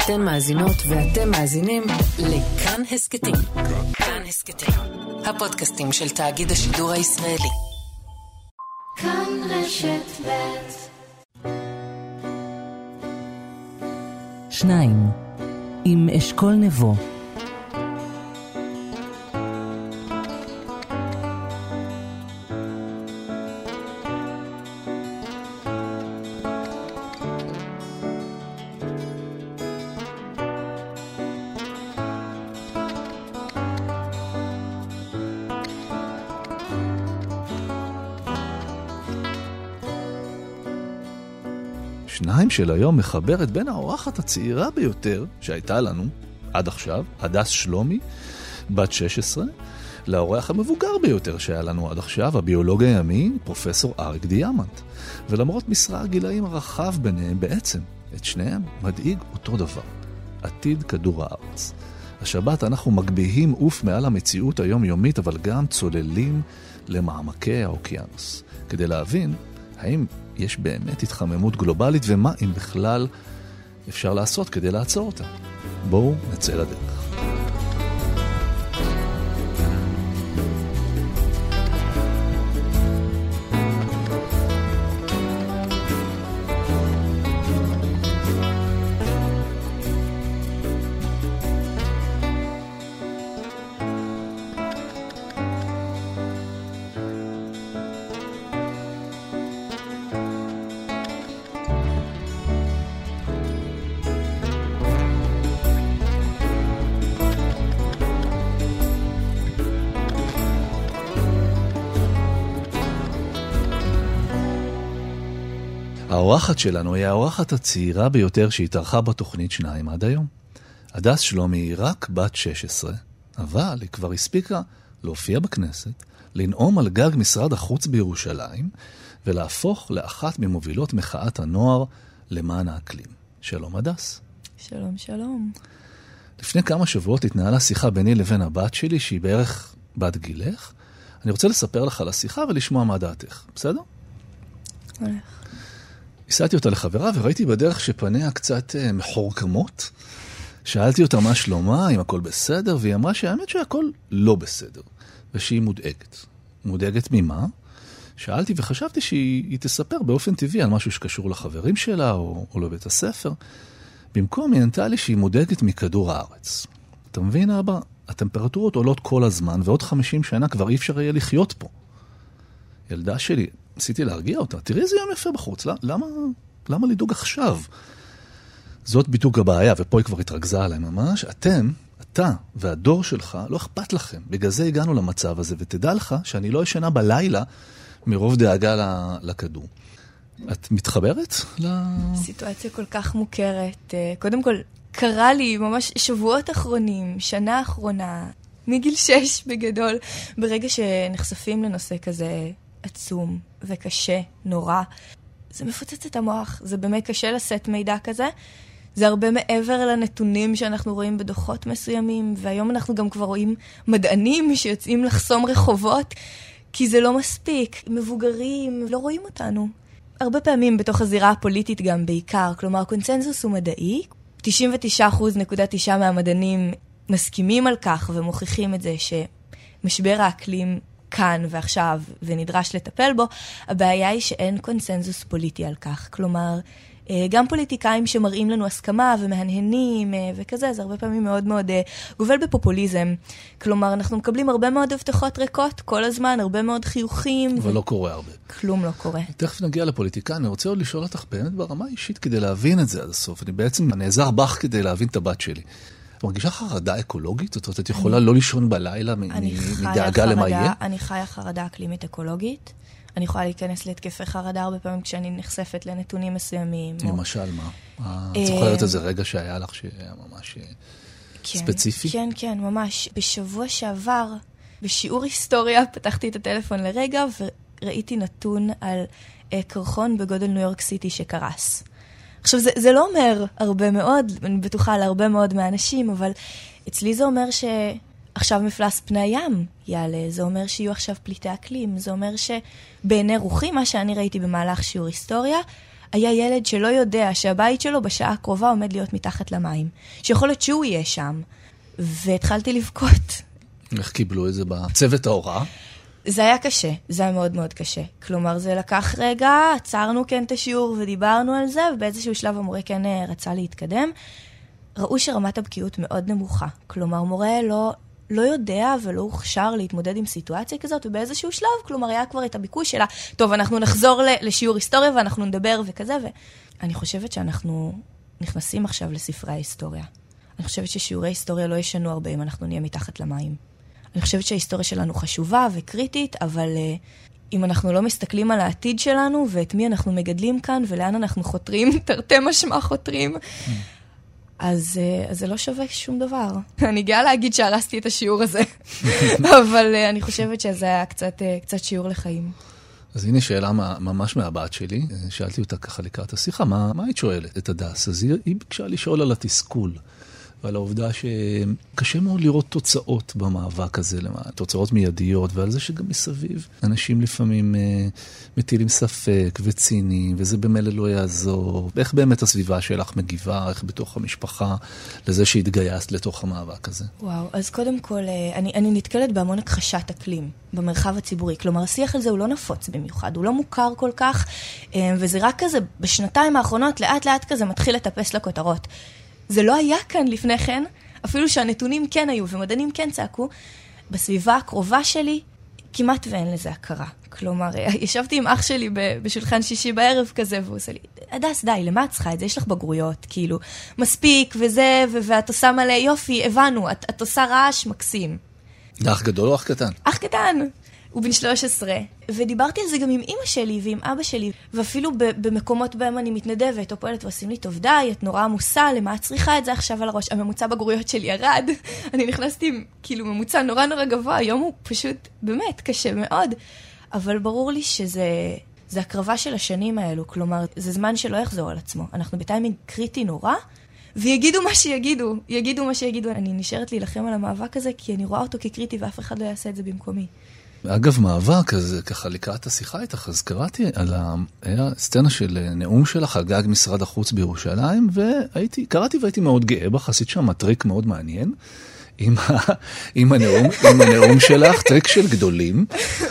אתן מאזינות ואתם מאזינים לכאן הסקטים. כאן הסקטים, הפודקאסטים של תאגיד השידור הישראלי. כאן רשת ב' 2 עם אשכול נבו. שניים של היום מחברת בין האורחת הצעירה ביותר שהייתה לנו עד עכשיו, הדס שלומי, בת 16, לאורח המבוגר ביותר שהיה לנו עד עכשיו, הביולוג הימי, פרופסור אריק דיאמנט. ולמרות מספר הגילאים הרחב ביניהם, בעצם את שניהם מדאיג אותו דבר, עתיד כדור הארץ. השבת אנחנו מגביהים אוף מעל המציאות היומיומית, אבל גם צוללים למעמקי האוקיינוס, כדי להבין האם יש באמת התחממות גלובלית, ומה אם בכלל אפשר לעשות כדי לעצור אותה. בואו נצא לדרך. האורחת שלנו היא האורחת הצעירה ביותר שהתארחה בתוכנית 2 עד היום. הדס שלומי היא רק בת 16, אבל היא כבר הספיקה להופיע בכנסת, לנאום על גג משרד החוץ בירושלים, ולהפוך לאחת ממובילות מחאת הנוער למען האקלים. שלום הדס. שלום, שלום. לפני כמה שבועות התנהלה שיחה ביני לבין הבת שלי, שהיא בערך בת גילך. אני רוצה לספר לך על השיחה ולשמוע מה דעתך. בסדר? הולך. הסעתי אותה לחברה וראיתי בדרך שפניה קצת מחורקמות. שאלתי אותה מה שלומה, אם הכל בסדר, והיא אמרה שהאמת שהכל לא בסדר, ושהיא מודאגת. מודאגת ממה? שאלתי וחשבתי שהיא תספר באופן טבעי על משהו שקשור לחברים שלה או לבית הספר. במקום היא ענתה לי שהיא מודאגת מכדור הארץ. אתה מבין, אבא? הטמפרטורות עולות כל הזמן, ועוד 50 שנה כבר אי אפשר יהיה לחיות פה. ילדה שלי, ניסיתי להרגיע אותה, תראי איזה יום יפה בחוץ, למה לדאוג עכשיו? זאת בדיוק הבעיה, ופה היא כבר התרכזה עליי ממש. אתה והדור שלך, לא אכפת לכם. בגלל זה הגענו למצב הזה, ותדע לך שאני לא ישנה בלילה מרוב דאגה לכדור. את מתחברת? סיטואציה כל כך מוכרת. קודם כל, קרה לי ממש שבועות אחרונים, שנה אחרונה, מגיל 6 בגדול, ברגע שנחשפים לנושא כזה עצום וקשה, נורא. זה מפוצץ את המוח, זה באמת קשה לשאת מידע כזה. זה הרבה מעבר לנתונים שאנחנו רואים בדוחות מסוימים, והיום אנחנו גם כבר רואים מדענים שיוצאים לחסום רחובות, כי זה לא מספיק. מבוגרים לא רואים אותנו. הרבה פעמים בתוך הזירה הפוליטית גם בעיקר, כלומר קונצנזוס הוא מדעי, 99.9% מהמדענים מסכימים על כך ומוכיחים את זה שמשבר האקלים כאן ועכשיו ונדרש לטפל בו. הבעיה היא שאין קונסנזוס פוליטי על כך. כלומר, גם פוליטיקאים שמראים לנו הסכמה ומהנהנים וכזה, זה הרבה פעמים מאוד מאוד גובל בפופוליזם. כלומר, אנחנו מקבלים הרבה מאוד הבטחות ריקות כל הזמן, הרבה מאוד חיוכים. אבל לא קורה הרבה. כלום לא קורה. תכף נגיע לפוליטיקה, אני רוצה עוד לשאול אותך באמת ברמה אישית כדי להבין את זה עד הסוף. אני בעצם נעזר בך כדי להבין את הבת שלי. את מרגישה חרדה אקולוגית? זאת אומרת, את יכולה לא לישון בלילה מדאגה למה יהיה? אני חיה חרדה אקלימית אקולוגית. אני יכולה להיכנס להתקפי חרדה הרבה פעמים כשאני נחשפת לנתונים מסוימים. למשל מה? את זוכרת איזה רגע שהיה לך שהיה ממש ספציפי? כן, כן, ממש. בשבוע שעבר, בשיעור היסטוריה, פתחתי את הטלפון לרגע וראיתי נתון על קרחון בגודל ניו יורק סיטי שקרס. עכשיו, זה לא אומר הרבה מאוד, אני בטוחה להרבה מאוד מהאנשים, אבל אצלי זה אומר שעכשיו מפלס פני הים יעלה, זה אומר שיהיו עכשיו פליטי אקלים, זה אומר שבעיני רוחי, מה שאני ראיתי במהלך שיעור היסטוריה, היה ילד שלא יודע שהבית שלו בשעה הקרובה עומד להיות מתחת למים. שיכול להיות שהוא יהיה שם. והתחלתי לבכות. איך קיבלו את זה בצוות ההוראה? זה היה קשה, זה היה מאוד מאוד קשה. כלומר, זה לקח רגע, עצרנו כן את השיעור ודיברנו על זה, ובאיזשהו שלב המורה כן רצה להתקדם. ראו שרמת הבקיאות מאוד נמוכה. כלומר, מורה לא יודע ולא הוכשר להתמודד עם סיטואציה כזאת, ובאיזשהו שלב, כלומר, היה כבר את הביקוש שלה, טוב, אנחנו נחזור לשיעור היסטוריה ואנחנו נדבר וכזה, ואני חושבת שאנחנו נכנסים עכשיו לספרי ההיסטוריה. אני חושבת ששיעורי היסטוריה לא ישנו הרבה אם אנחנו נהיה מתחת למים. אני חושבת שההיסטוריה שלנו חשובה וקריטית, אבל אם אנחנו לא מסתכלים על העתיד שלנו ואת מי אנחנו מגדלים כאן ולאן אנחנו חותרים, תרתי משמע חותרים, אז זה לא שווה שום דבר. אני גאה להגיד שהרסתי את השיעור הזה, אבל אני חושבת שזה היה קצת שיעור לחיים. אז הנה שאלה ממש מהבת שלי, שאלתי אותה ככה לקראת השיחה, מה היית שואלת את הדס? אז היא ביקשה לשאול על התסכול, ועל העובדה שקשה מאוד לראות תוצאות במאבק הזה, תוצאות מיידיות, ועל זה שגם מסביב אנשים לפעמים מטילים ספק וציניים, וזה במילא לא יעזור. איך באמת הסביבה שלך מגיבה, איך בתוך המשפחה, לזה שהתגייסת לתוך המאבק הזה? וואו, אז קודם כל, אני נתקלת בהמון הכחשת אקלים במרחב הציבורי. כלומר, השיח הזה הוא לא נפוץ במיוחד, הוא לא מוכר כל כך, וזה רק כזה, בשנתיים האחרונות, לאט לאט כזה מתחיל לטפס לכותרות. זה לא היה כאן לפני כן, אפילו שהנתונים כן היו ומדענים כן צעקו. בסביבה הקרובה שלי, כמעט ואין לזה הכרה. כלומר, ישבתי עם אח שלי בשולחן שישי בערב כזה, והוא עושה לי, הדס, די, למה את צריכה את זה? יש לך בגרויות, כאילו, מספיק וזה, ואת עושה מלא, יופי, הבנו, את עושה רעש מקסים. אח גדול או אח קטן? אח קטן. הוא בן 13, ודיברתי על זה גם עם אמא שלי ועם אבא שלי, ואפילו במקומות בהם אני מתנדבת או פועלת ועושים לי טוב, די, את נורא עמוסה, למה את צריכה את זה עכשיו על הראש? הממוצע בגרויות שלי ירד, אני נכנסתי עם כאילו ממוצע נורא נורא גבוה, היום הוא פשוט באמת קשה מאוד, אבל ברור לי שזה הקרבה של השנים האלו, כלומר, זה זמן שלא יחזור על עצמו, אנחנו בטיימינג קריטי נורא, ויגידו מה שיגידו, יגידו מה שיגידו, אני נשארת להילחם על המאבק הזה, כי אני רואה אותו כקריטי ואף אחד לא יעשה את זה במקומי. אגב, מאבק, אז ככה לקראת השיחה איתך, אז קראתי על הסצנה של נאום שלך על גג משרד החוץ בירושלים, קראתי והייתי מאוד גאה בך, עשית שם טריק מאוד מעניין, עם הנאום שלך, טריק של גדולים,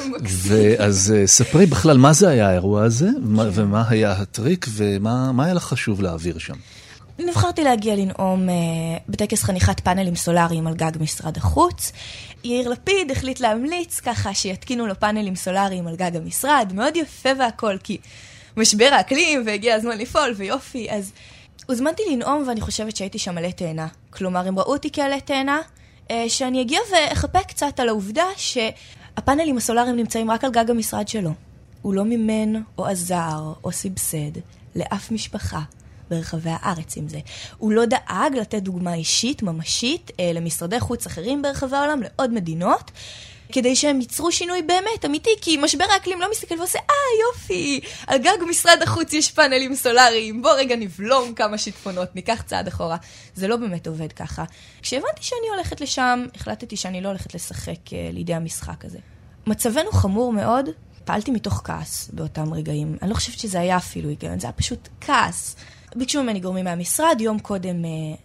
ואז ספרי בכלל מה זה היה האירוע הזה, ומה היה הטריק, ומה היה לך חשוב להעביר שם. נבחרתי להגיע לנאום בטקס חניכת פאנלים סולאריים על גג משרד החוץ. יאיר לפיד החליט להמליץ ככה שיתקינו לו פאנלים סולאריים על גג המשרד. מאוד יפה והכל, כי משבר האקלים והגיע הזמן לפעול ויופי. אז הוזמנתי לנאום ואני חושבת שהייתי שם עלי תאנה. כלומר, הם ראו אותי כעלי תאנה, שאני אגיע ואחפה קצת על העובדה שהפאנלים הסולאריים נמצאים רק על גג המשרד שלו. הוא לא מימן או עזר או סבסד לאף משפחה ברחבי הארץ עם זה. הוא לא דאג לתת דוגמה אישית, ממשית, למשרדי חוץ אחרים ברחבי העולם, לעוד מדינות, כדי שהם ייצרו שינוי באמת אמיתי, כי משבר האקלים לא מסתכל ועושה, יופי, על גג משרד החוץ יש פאנלים סולאריים, בוא רגע נבלום כמה שיטפונות, ניקח צעד אחורה. זה לא באמת עובד ככה. כשהבנתי שאני הולכת לשם, החלטתי שאני לא הולכת לשחק לידי המשחק הזה. מצבנו חמור מאוד, פעלתי מתוך כעס באותם רגעים. אני לא חושבת שזה היה אפילו היגיון, זה היה פשוט כעס. ביקשו ממני גורמים מהמשרד, יום קודם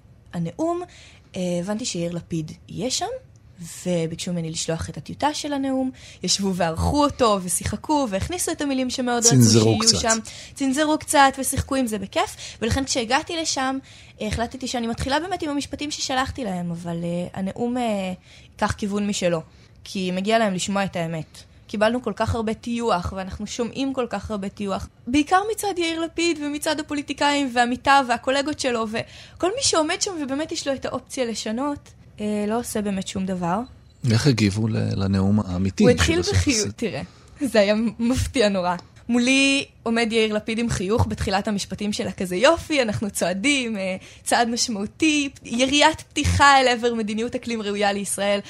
הנאום, הבנתי שיאיר לפיד יהיה שם, וביקשו ממני לשלוח את הטיוטה של הנאום, ישבו וערכו אותו ושיחקו והכניסו את המילים שמאוד רצו שיהיו שם. צנזרו קצת ושיחקו עם זה בכיף, ולכן כשהגעתי לשם, החלטתי שאני מתחילה באמת עם המשפטים ששלחתי להם, אבל הנאום ייקח כיוון משלו, כי מגיע להם לשמוע את האמת. קיבלנו כל כך הרבה טיוח, ואנחנו שומעים כל כך הרבה טיוח, בעיקר מצד יאיר לפיד ומצד הפוליטיקאים והמיטה והקולגות שלו, וכל מי שעומד שם ובאמת יש לו את האופציה לשנות, לא עושה באמת שום דבר. איך הגיבו לנאום האמיתי? הוא התחיל בחיוך, תראה, זה היה מפתיע נורא. מולי עומד יאיר לפיד עם חיוך בתחילת המשפטים שלה, כזה יופי, אנחנו צועדים, צעד משמעותי, יריית פתיחה אל עבר מדיניות אקלים ראויה לישראל,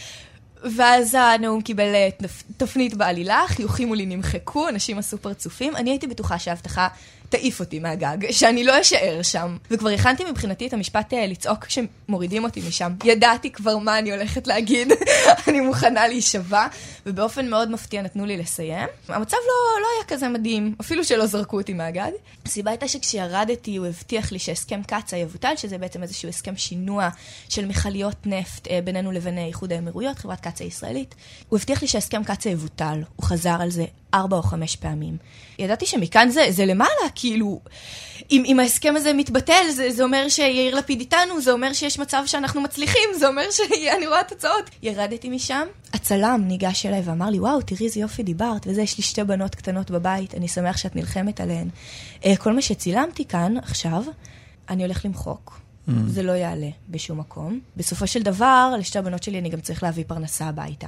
ואז הנאום קיבל תפנית בעלילה, חיוכים מולי נמחקו, אנשים עשו פרצופים, אני הייתי בטוחה שההבטחה תעיף אותי מהגג, שאני לא אשאר שם. וכבר הכנתי מבחינתי את המשפט לצעוק כשמורידים אותי משם. ידעתי כבר מה אני הולכת להגיד, אני מוכנה להישבע, ובאופן מאוד מפתיע נתנו לי לסיים. המצב לא היה כזה מדהים, אפילו שלא זרקו אותי מהגג. הסיבה הייתה שכשירדתי הוא הבטיח לי שהסכם קצה יבוטל, שזה בעצם איזשהו הסכם שינוע של מכליות נפט בינינו לבין איחוד האמירויות, חברת קצה ישראלית. הוא הבטיח לי שהסכם קצה יבוטל, הוא חזר על זה 4 או 5 פעמים. ידעתי שמכאן זה למעלה, כאילו, אם ההסכם הזה מתבטל, זה אומר שיאיר לפיד איתנו, זה אומר שיש מצב שאנחנו מצליחים, זה אומר שאני רואה תוצאות. ירדתי משם, הצלם ניגש אליי ואמר לי, וואו, תראי איזה יופי דיברת, וזה, יש לי 2 בנות קטנות בבית, אני שמח שאת נלחמת עליהן. כל מה שצילמתי כאן עכשיו, אני הולך למחוק. זה לא יעלה בשום מקום. בסופו של דבר, ל2 הבנות שלי אני גם צריך להביא פרנסה הביתה.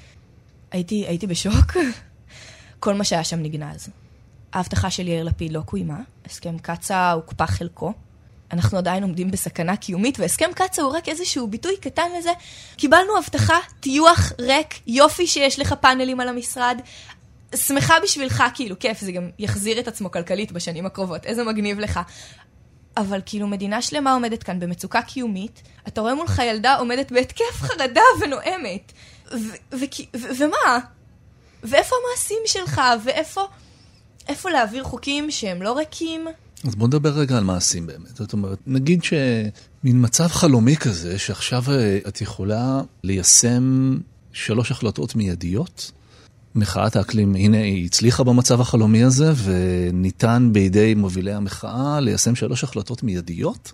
הייתי בשוק. כל מה שהיה שם נגנז. ההבטחה של יאיר לפיד לא קוימה, הסכם קצה הוקפא חלקו, אנחנו עדיין עומדים בסכנה קיומית, והסכם קצה הוא רק איזשהו ביטוי קטן לזה. קיבלנו הבטחה, טיוח ריק, יופי שיש לך פאנלים על המשרד, שמחה בשבילך, כאילו כיף, זה גם יחזיר את עצמו כלכלית בשנים הקרובות, איזה מגניב לך. אבל כאילו מדינה שלמה עומדת כאן במצוקה קיומית, אתה רואה מולך ילדה עומדת בהתקף חרדה ונואמת, ומה? ואיפה המעשים שלך? ואיפה להעביר חוקים שהם לא ריקים? אז בוא נדבר רגע על מעשים באמת. זאת אומרת, נגיד שמין מצב חלומי כזה, שעכשיו את יכולה ליישם 3 החלטות מיידיות. מחאת האקלים, הנה היא הצליחה במצב החלומי הזה, וניתן בידי מובילי המחאה ליישם 3 החלטות מיידיות,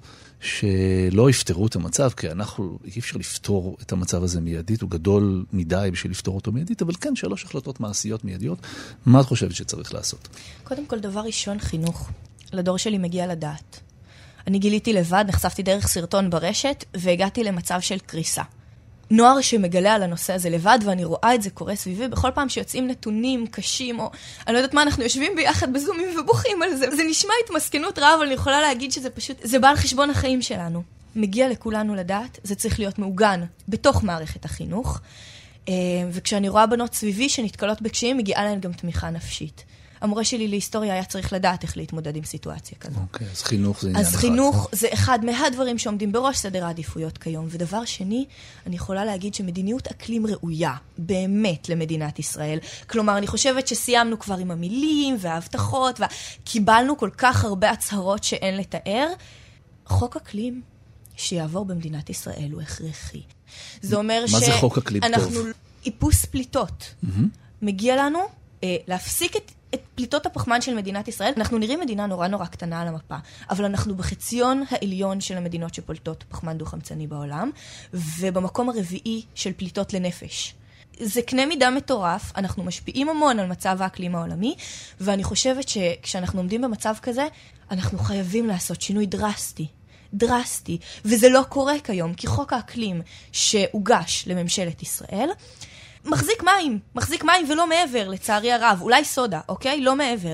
שלא יפתרו את המצב, כי אי אפשר לפתור את המצב הזה מיידית, הוא גדול מדי בשביל לפתור אותו מיידית, אבל כן 3 החלטות מעשיות מיידיות. מה את חושבת שצריך לעשות? קודם כל, דבר ראשון, חינוך. לדור שלי מגיע לדעת. אני גיליתי לבד, נחשפתי דרך סרטון ברשת, והגעתי למצב של קריסה. נוער שמגלה על הנושא הזה לבד, ואני רואה את זה קורה סביבי, בכל פעם שיוצאים נתונים קשים, או אני לא יודעת מה, אנחנו יושבים ביחד בזומים ובוכים על זה. זה נשמע התמסכנות רעה, אבל אני יכולה להגיד שזה פשוט, זה בא על חשבון החיים שלנו. מגיע לכולנו לדעת, זה צריך להיות מעוגן בתוך מערכת החינוך, וכשאני רואה בנות סביבי שנתקלות בקשיים, מגיעה להן גם תמיכה נפשית. המורה שלי להיסטוריה היה צריך לדעת איך להתמודד עם סיטואציה כזו. אוקיי, אז חינוך זה עניין אחד. אז חינוך זה אחד מהדברים שעומדים בראש סדר העדיפויות כיום. ודבר שני, אני יכולה להגיד שמדיניות אקלים ראויה, באמת למדינת ישראל. כלומר, אני חושבת שסיימנו כבר עם המילים וההבטחות, וקיבלנו כל כך הרבה הצהרות שאין לתאר. חוק אקלים שיעבור במדינת ישראל הוא הכרחי. זה אומר מה זה חוק אקלים טוב? אנחנו איפוס פליטות. מגיע לנו להפסיק את פליטות הפחמן של מדינת ישראל. אנחנו נראים מדינה נורא נורא קטנה על המפה, אבל אנחנו בחציון העליון של המדינות שפולטות פחמן דו-חמצני בעולם, ובמקום הרביעי של פליטות לנפש. זה קנה מידה מטורף, אנחנו משפיעים המון על מצב האקלים העולמי, ואני חושבת שכשאנחנו עומדים במצב כזה, אנחנו חייבים לעשות שינוי דרסטי, וזה לא קורה כיום, כי חוק האקלים שהוגש לממשלת ישראל, מחזיק מים ולא מעבר, לצערי הרב. אולי סודה, אוקיי? לא מעבר.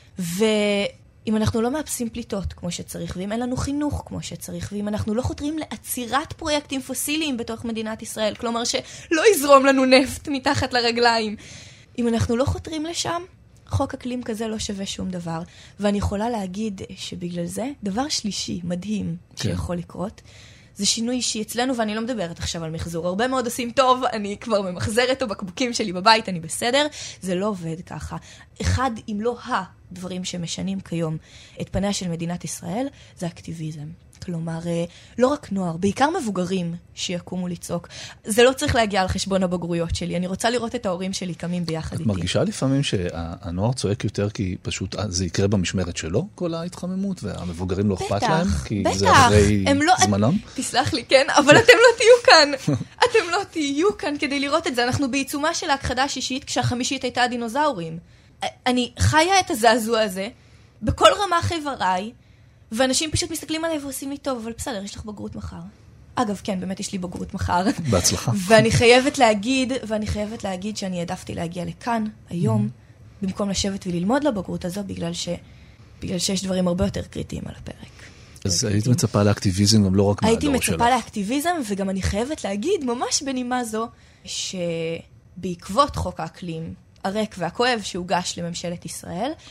ואם אנחנו לא מאפסים פליטות כמו שצריך, ואם אין לנו חינוך כמו שצריך, ואם אנחנו לא חותרים לעצירת פרויקטים פוסיליים בתוך מדינת ישראל, כלומר שלא יזרום לנו נפט מתחת לרגליים, אם אנחנו לא חותרים לשם, חוק אקלים כזה לא שווה שום דבר. ואני יכולה להגיד שבגלל זה, דבר שלישי, מדהים, שיכול לקרות, זה שינוי אישי אצלנו, ואני לא מדברת עכשיו על מחזור. הרבה מאוד עושים טוב, אני כבר ממחזרת או בקבוקים שלי בבית, אני בסדר. זה לא עובד ככה. אחד, אם לא הדברים שמשנים כיום את פניה של מדינת ישראל, זה אקטיביזם. כלומר, לא רק נוער, בעיקר מבוגרים שיקומו לצעוק. זה לא צריך להגיע על חשבון הבגרויות שלי. אני רוצה לראות את ההורים שלי קמים ביחד איתי. את מרגישה לפעמים שהנוער צועק יותר כי פשוט זה יקרה במשמרת שלו, כל ההתחממות, והמבוגרים לא אכפת להם, כי זה אחרי זמנם? תסלח לי, כן, אבל אתם לא תהיו כאן. אתם לא תהיו כאן כדי לראות את זה. אנחנו בעיצומה של ההכחדה השישית, כשהחמישית הייתה הדינוזאורים. אני חיה את הזעזוע הזה, בכל רמה חבריי, ואנשים פשוט מסתכלים עליי ועושים לי טוב, אבל בסדר, יש לך בגרות מחר. אגב, כן, באמת יש לי בגרות מחר. בהצלחה. ואני חייבת להגיד שאני העדפתי להגיע לכאן, היום, במקום לשבת וללמוד לבגרות הזו, בגלל שיש דברים הרבה יותר קריטיים על הפרק. אז היית מצפה לאקטיביזם גם לא רק מהדור שלך. הייתי מצפה לאקטיביזם, וגם אני חייבת להגיד, ממש בנימה זו, שבעקבות חוק האקלים, הריק והכואב שהוגש לממשלת ישראל,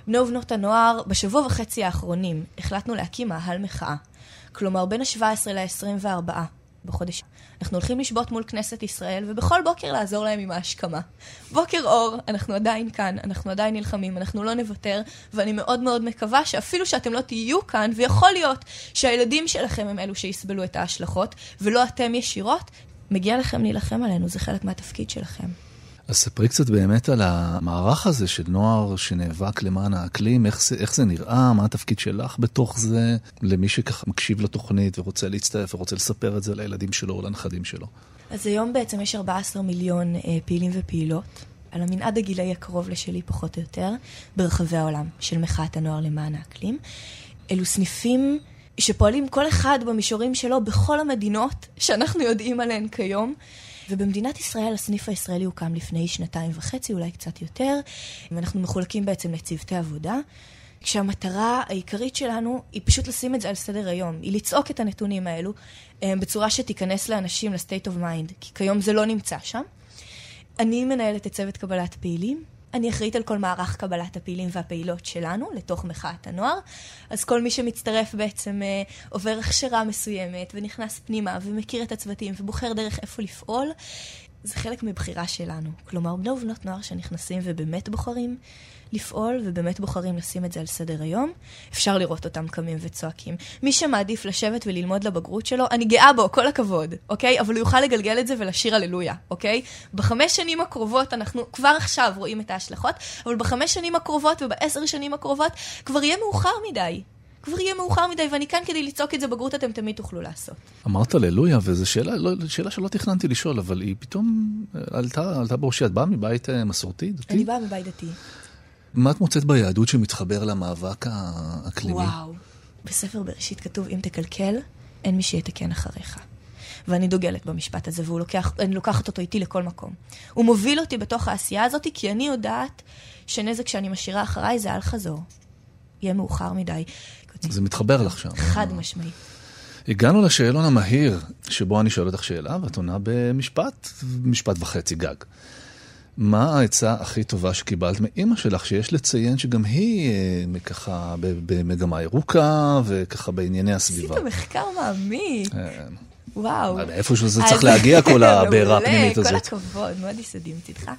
בני ובנות הנוער, בשבוע וחצי האחרונים, החלטנו להקים מאהל מחאה. כלומר, בין ה-17 ל-24 בחודש. אנחנו הולכים לשבות מול כנסת ישראל, ובכל בוקר לעזור להם עם ההשכמה. בוקר אור, אנחנו עדיין כאן, אנחנו עדיין נלחמים, אנחנו לא נוותר, ואני מאוד מאוד מקווה שאפילו שאתם לא תהיו כאן, ויכול להיות שהילדים שלכם הם אלו שיסבלו את ההשלכות, ולא אתם ישירות, מגיע לכם להילחם עלינו, זה חלק מהתפקיד שלכם. אז ספרי קצת באמת על המערך הזה של נוער שנאבק למען האקלים, איך זה נראה, מה התפקיד שלך בתוך זה, למי שכך מקשיב לתוכנית ורוצה להצטרף ורוצה לספר את זה לילדים שלו או לנכדים שלו. אז היום בעצם יש 14 מיליון פעילים ופעילות, על המנעד הגילאי הקרוב לשלי פחות או יותר, ברחבי העולם של מחאת הנוער למען האקלים. אלו סניפים שפועלים כל אחד במישורים שלו בכל המדינות שאנחנו יודעים עליהן כיום, ובמדינת ישראל הסניף הישראלי הוקם לפני 2.5, אולי קצת יותר, ואנחנו מחולקים בעצם לצוותי עבודה, כשהמטרה העיקרית שלנו היא פשוט לשים את זה על סדר היום, היא לצעוק את הנתונים האלו בצורה שתיכנס לאנשים ל-state of mind, כי כיום זה לא נמצא שם. אני מנהלת את צוות קבלת פעילים, אני אחראית על כל מערך קבלת הפעילים והפעילות שלנו לתוך מחאת הנוער, אז כל מי שמצטרף בעצם עובר הכשרה מסוימת ונכנס פנימה ומכיר את הצוותים ובוחר דרך איפה לפעול, זה חלק מבחירה שלנו. כלומר, בני ובנות נוער שנכנסים ובאמת בוחרים לפעול ובאמת בוחרים לשים את זה על סדר היום, אפשר לראות אותם קמים וצועקים. מי שמעדיף לשבת וללמוד לבגרות שלו, אני גאה בו, כל הכבוד, אוקיי? אבל הוא יוכל לגלגל את זה ולשיר הללויה, אוקיי? ב5 שנים הקרובות, אנחנו כבר עכשיו רואים את ההשלכות, אבל ב5 שנים הקרובות וב10 שנים הקרובות, כבר יהיה מאוחר מדי. כבר יהיה מאוחר מדי, ואני כאן כדי לצעוק את זה בגרות, אתם תמיד תוכלו לעשות. אמרת ללויה, וזו שאלה שלא תכננתי לשאול, אבל היא פתאום עלתה בראשי. את באה מבית מסורתי, דתי? אני באה מבית דתי. מה את מוצאת ביהדות שמתחבר למאבק האקלימי? וואו, בספר בראשית כתוב, אם תקלקל, אין מי שיתקן אחריך. ואני דוגלת במשפט הזה, ואני לוקחת אותו איתי לכל מקום. הוא מוביל אותי בתוך העשייה הזאת, כי אני יודעת שנזק שאני משאירה אחריי זה על חזור. יהיה מאוחר מדי. זה מתחבר לך שם. חד משמעי. הגענו לשאלון המהיר, שבו אני שואל אותך שאלה, ואת עונה משפט וחצי גג. מה העצה הכי טובה שקיבלת מאמא שלך, שיש לציין שגם היא ככה במגמה ירוקה, וככה בענייני הסביבה? עשית מחקר מעמיק. וואו. איפשהו זה צריך להגיע כל הבעירה הפנימית הזאת. כל הכבוד, מאוד יסודי מצדך.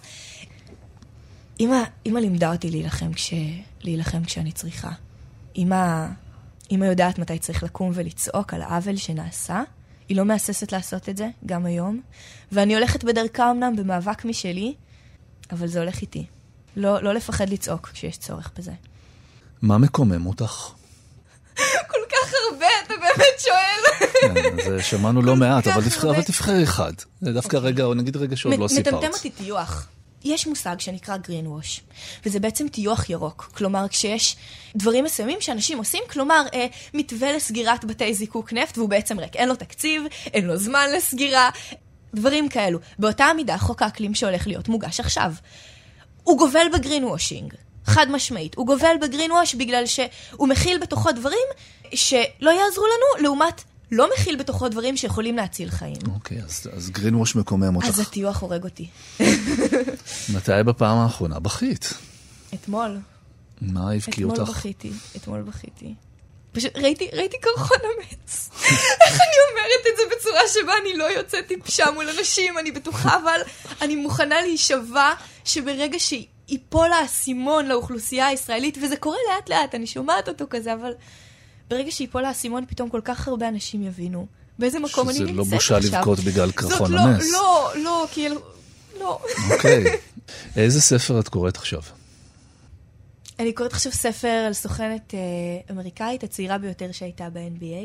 אמא לימדה אותי להילחם כשאני צריכה. אמא יודעת מתי צריך לקום ולצעוק על העוול שנעשה. היא לא מאססת לעשות את זה, גם היום. ואני הולכת בדרכה אמנם במאבק משלי, אבל זה הולך איתי. לא לפחד לצעוק כשיש צורך בזה. מה מקומם אותך? כל כך הרבה, אתה באמת שואל. כן, שמענו לא מעט, אבל תבחר אחד. דווקא רגע, או נגיד רגע שעוד לא סיפרת. מטמטם אותי טיוח. יש מושג שנקרא green wash, וזה בעצם טיוח ירוק. כלומר, כשיש דברים מסוימים שאנשים עושים, כלומר, מתווה לסגירת בתי זיקוק נפט, והוא בעצם ריק. אין לו תקציב, אין לו זמן לסגירה, דברים כאלו. באותה עמידה, חוק האקלים שהולך להיות מוגש עכשיו. הוא גובל בגרין וושינג, חד משמעית. הוא גובל בגרין ווש בגלל שהוא מכיל בתוכו דברים שלא יעזרו לנו, לעומת לא מכיל בתוכו דברים שיכולים להציל חיים. אוקיי, אז גרין ווש מקומם אותך. אז הטיוח הורג אותי. מתי בפעם האחרונה בכית? אתמול. מה הבקיע אותך? אתמול בכיתי. פשוט ראיתי קרחון אמץ. איך אני אומרת את זה בצורה שבה אני לא יוצאת טיפשה מול אנשים, אני בטוחה, אבל אני מוכנה להישבע שברגע שיפול האסימון לאוכלוסייה הישראלית, וזה קורה לאט לאט, אני שומעת אותו כזה, אבל ברגע שיפול האסימון, פתאום כל כך הרבה אנשים יבינו באיזה מקום אני נמצאת עכשיו. שזה לא בושה לבכות בגלל קרחון אמץ. לא, כאילו, לא. אוקיי. איזה ספר את קוראת עכשיו? אני קוראת עכשיו ספר על סוכנת אמריקאית, הצעירה ביותר שהייתה ב-NBA,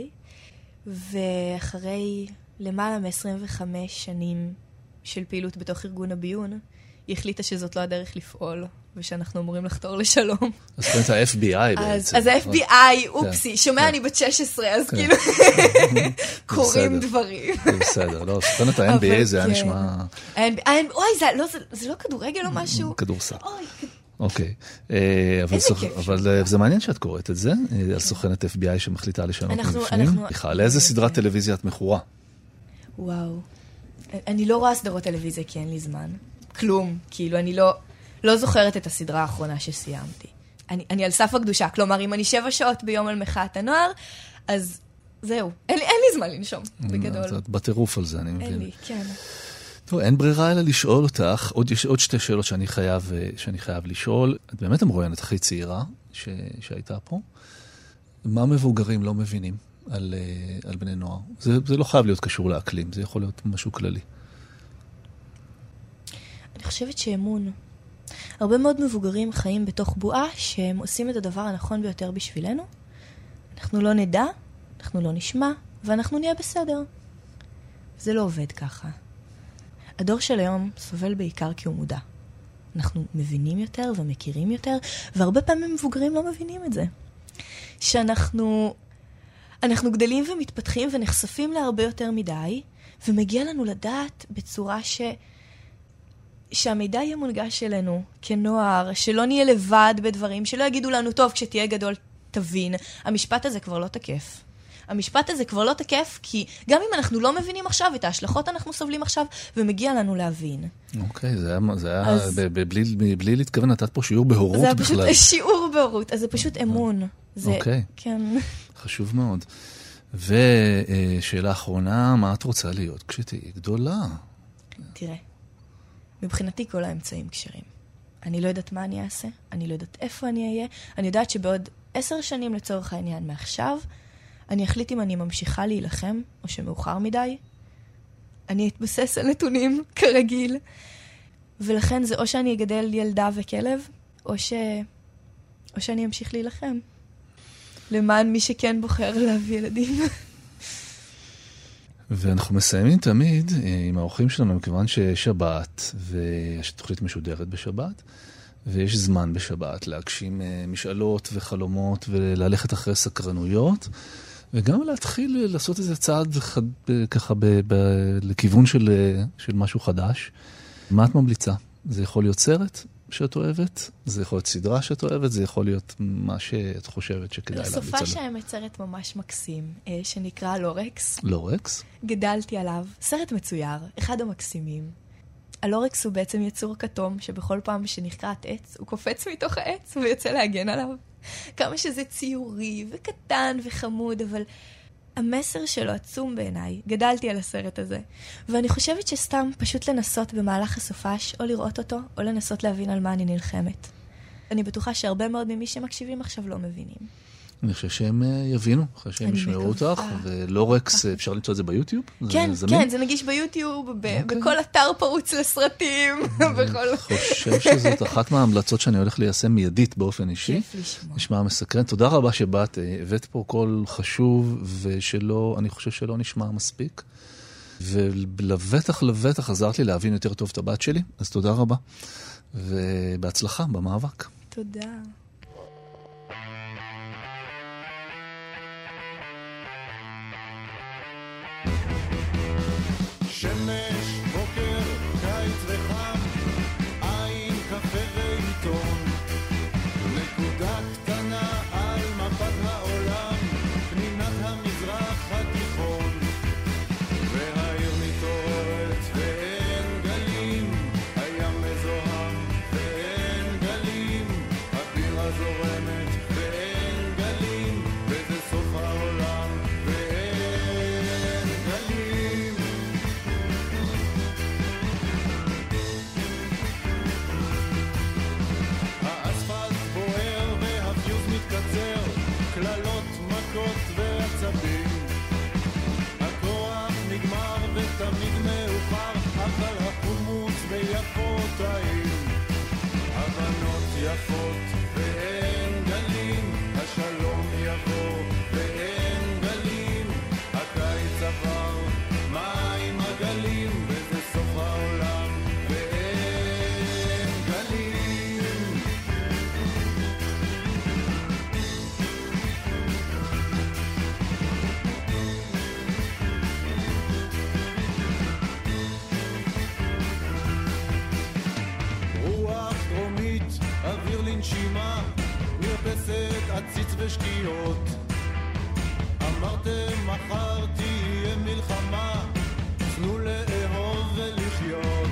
ואחרי למעלה מ-25 שנים של פעילות בתוך ארגון הביון, היא החליטה שזאת לא הדרך לפעול, ושאנחנו אמורים לחתור לשלום. אז סוכנת ה-FBI בעצם. אז ה-FBI, אופסי, שומע אני בת 16, אז כאילו קוראים דברים. בסדר, לא, סוכנת ה-NBA זה היה נשמע... אוי, זה לא כדורגל או משהו? כדורסל. אוקיי, אבל זה מעניין שאת קוראת את זה, על סוכנת FBI שמחליטה לשנות מבפנים. לאיזה סדרת טלוויזיה את מכורה? וואו, אני לא רואה סדרות טלוויזיה כי אין לי זמן. כלום, כאילו אני לא זוכרת את הסדרה האחרונה שסיימתי. אני על סף הקדושה. כלומר, אם אני 7 שעות ביום על מחאת הנוער, אז זהו. אין לי זמן לנשום, בגדול. את בטירוף על זה, אני מבין. אין לי, כן. טוב, אין ברירה אלא לשאול אותך. יש עוד 2 שאלות שאני חייב לשאול. את באמת המרואיינת הכי צעירה שהייתה פה. מה מבוגרים לא מבינים על בני נוער? זה לא חייב להיות קשור לאקלים, זה יכול להיות משהו כללי. אני חושבת שאמון. הרבה מאוד מבוגרים חיים בתוך בועה שהם עושים את הדבר הנכון ביותר בשבילנו. אנחנו לא נדע, אנחנו לא נשמע, ואנחנו נהיה בסדר. זה לא עובד ככה. הדור של היום סובל בעיקר כי הוא מודע. אנחנו מבינים יותר ומכירים יותר, והרבה פעמים מבוגרים לא מבינים את זה. שאנחנו גדלים ומתפתחים ונחשפים להרבה יותר מדי, ומגיע לנו לדעת בצורה שהמידע יהיה מונגש אלינו כנוער, שלא נהיה לבד בדברים, שלא יגידו לנו, טוב, כשתהיה גדול תבין. המשפט הזה כבר לא תקף. המשפט הזה כבר לא תקף, כי גם אם אנחנו לא מבינים עכשיו את ההשלכות אנחנו סובלים עכשיו, ומגיע לנו להבין. אוקיי, זה היה בלי להתכוון, נתת פה שיעור בהורות בכלל. זה פשוט שיעור בהורות, אז זה פשוט אמון. אוקיי, כן. חשוב מאוד. ושאלה אחרונה, מה את רוצה להיות כשתהיי גדולה? תראה, מבחינתי כל האמצעים כשרים. אני לא יודעת מה אני אעשה, אני לא יודעת איפה אני אהיה, אני יודעת שבעוד 10 שנים לצורך העניין מעכשיו, אני אחליט אם אני ממשיכה להילחם, או שמאוחר מדי. אני אתבסס על נתונים, כרגיל. ולכן זה או שאני אגדל ילדה וכלב, או שאני אמשיך להילחם. למען מי שכן בוחר להביא ילדים. ואנחנו מסיימים תמיד עם האורחים שלנו, מכיוון ששבת, ויש תוכנית משודרת בשבת, ויש זמן בשבת להגשים משאלות וחלומות, וללכת אחרי סקרנויות, וגם להתחיל לעשות איזה צעד ככה לכיוון של משהו חדש. מה את ממליצה? זה יכול להיות סרט שאת אוהבת, זה יכול להיות סדרה שאת אוהבת, זה יכול להיות מה שאת חושבת שכדאי להמליץ עליו. לסופה שהאמת סרט ממש מקסים, שנקרא לורקס. לורקס? גדלתי עליו. סרט מצויר, אחד המקסימים. הלורקס הוא בעצם יצור כתום, שבכל פעם שנחקעת עץ, הוא קופץ מתוך העץ ויוצא להגן עליו. כמה שזה ציורי וקטן וחמוד, אבל המסר שלו עצום בעיניי. גדלתי על הסרט הזה. ואני חושבת שסתם פשוט לנסות במהלך הסופש, או לראות אותו, או לנסות להבין על מה אני נלחמת. אני בטוחה שהרבה מאוד ממי שמקשיבים עכשיו לא מבינים. אני חושב שהם יבינו, אחרי שהם ישמעו אותך, ולורקס, אפשר למצוא את זה ביוטיוב? כן, כן, זה נגיש ביוטיוב, בכל אתר פרוץ לסרטים. אני חושב שזאת אחת מההמלצות שאני הולך ליישם מיידית באופן אישי. כיף לשמוע. נשמע מסקרן. תודה רבה שבאת, הבאת פה קול חשוב, ושלא, אני חושב שלא נשמע מספיק. ולבטח עזרת לי להבין יותר טוב את הבת שלי, אז תודה רבה. ובהצלחה במאבק. תודה. שמש, בוקר, קיץ וחם, עין, קפה ועיתון, נקודה קטנה על מפת העולם, פנינת המזרח התיכון, והעיר מתעוררת ואין גלים, הים מזוהם ואין גלים, הבירה זורמת ואין גלים, וזה סוף העולם ואין גלים. האספלט בוער והפיוז מתקצר, כללות, מכות ועצבים, הכוח נגמר ותמיד מאוחר, אבל החומוס ביפו טעים, הבנות יפות ואין גלים, השלום יבוא ואין גלים, הקיץ עבר, מה עם הגלים, וזה סוף העולם ואין גלים. רוח דרומית, אוויר לנשימה, מרפסת עציץ ושקיעות, אמרתם מחר תהיה מלחמה, תנו לאהוב ולחיות.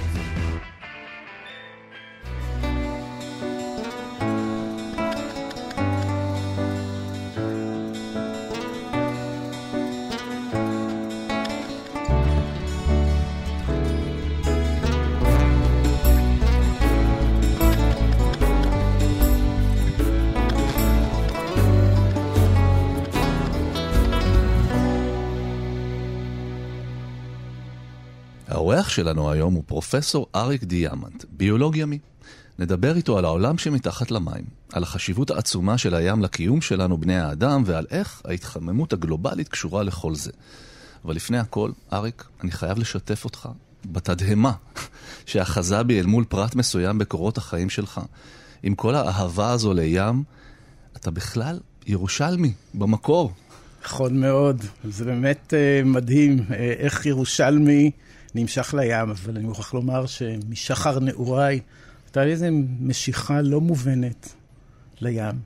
האורח שלנו היום הוא פרופסור אריק דיאמנט, ביולוג ימי. נדבר איתו על העולם שמתחת למים, על החשיבות העצומה של הים לקיום שלנו בני האדם, ועל איך ההתחממות הגלובלית קשורה לכל זה. אבל לפני הכל, אריק, אני חייב לשתף אותך בתדהמה שאחזה בי אל מול פרט מסוים בקורות החיים שלך. עם כל האהבה הזו לים, אתה בכלל ירושלמי במקור. נכון מאוד, זה באמת מדהים איך ירושלמי נמשך לים, אבל אני מוכרח לומר שמשחר נעוריי הייתה לי איזו משיכה לא מובנת לים,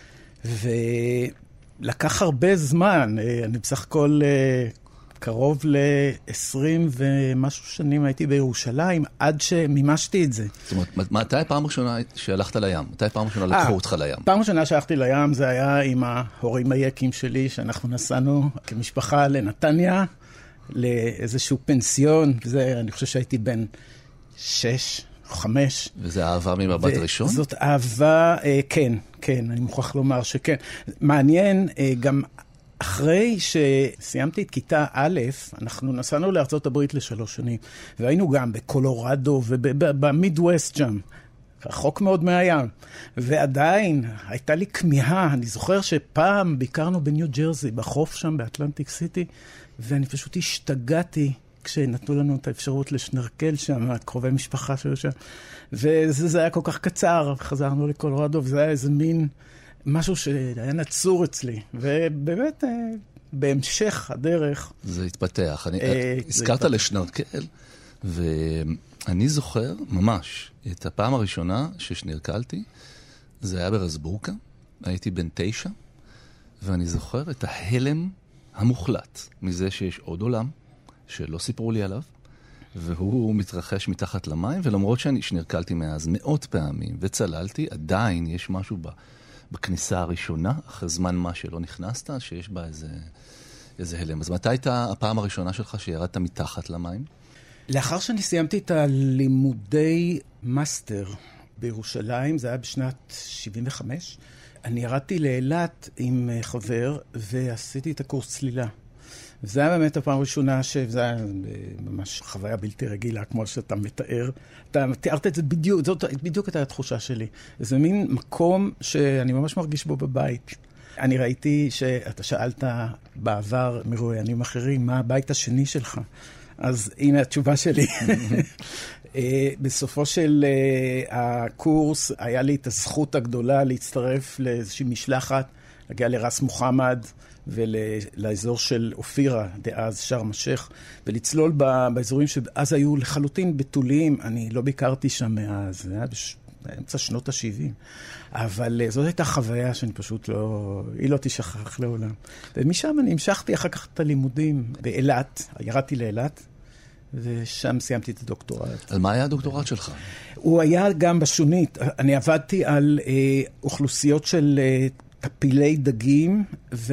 ולקח הרבה זמן, אני בסך הכל קרוב ל-20 ומשהו שנים הייתי בירושלים, עד שמימשתי את זה. זאת אומרת, מתי הפעם ראשונה שהלכת לים? מתי הפעם ראשונה לקחו אותך לים? פעם ראשונה שהלכתי לים זה היה עם ההורים היקים שלי, שאנחנו נסענו כמשפחה לנתניה, לאיזשהו פנסיון, וזה, אני חושב שהייתי בן 6 או 5. וזה אהבה ממבט ראשון? זאת אהבה, כן, אני מוכרח לומר שכן. מעניין, גם אחרי שסיימתי את כיתה א', אנחנו נסענו לארצות הברית ל3 שנים, והיינו גם בקולורדו ובמידווסט שם, רחוק מאוד מהים. ועדיין הייתה לי כמיהה, אני זוכר שפעם ביקרנו בניו ג'רזי, בחוף שם באטלנטיק סיטי, ואני פשוט השתגעתי כשנתנו לנו את האפשרות לשנרקל שם, קרובי משפחה שהיו שם. וזה היה כל כך קצר, חזרנו לקולורדו, וזה היה איזה מין משהו שהיה נצור אצלי. ובאמת, בהמשך הדרך זה התפתח. הזכרת לשנרקל, ואני זוכר ממש את הפעם הראשונה ששנרקלתי, זה היה ברסבורקה, הייתי בן 9, ואני זוכר את ההלם המוחלט מזה שיש עוד עולם שלא סיפרו לי עליו, והוא מתרחש מתחת למים, ולמרות שאני שנרקלתי מאז מאות פעמים וצללתי, עדיין יש משהו בכניסה הראשונה, אחרי זמן מה שלא נכנסת, שיש בה איזה הלם. אז מתי הייתה הפעם הראשונה שלך שירדת מתחת למים? לאחר שאני סיימתי את הלימודי מאסטר בירושלים, זה היה בשנת 75, אני ירדתי לאילת עם חבר ועשיתי את הקורס צלילה. זה היה באמת הפעם הראשונה שזה היה ממש חוויה בלתי רגילה, כמו שאתה מתאר. אתה תיארת את זה בדיוק, זאת בדיוק הייתה התחושה שלי. זה מין מקום שאני ממש מרגיש בו בבית. אני ראיתי שאתה שאלת בעבר מרואיינים אחרים, מה הבית השני שלך? אז הנה התשובה שלי. בסופו של הקורס היה לי את הזכות הגדולה להצטרף לאיזושהי משלחת, להגיע לרס מוחמד ולאזור של אופירה, דאז שרם א-שייח, ולצלול באזורים שאז היו לחלוטין בתוליים. אני לא ביקרתי שם מאז, זה היה באמצע שנות ה-70. אבל זאת הייתה חוויה שאני פשוט היא לא תשכח לעולם. ומשם אני המשכתי אחר כך את הלימודים באילת, ירדתי לאילת, ושם סיימתי את הדוקטורט. על מה היה הדוקטורט שלך? הוא היה גם בשונית. אני עבדתי על אוכלוסיות של טפילי דגים,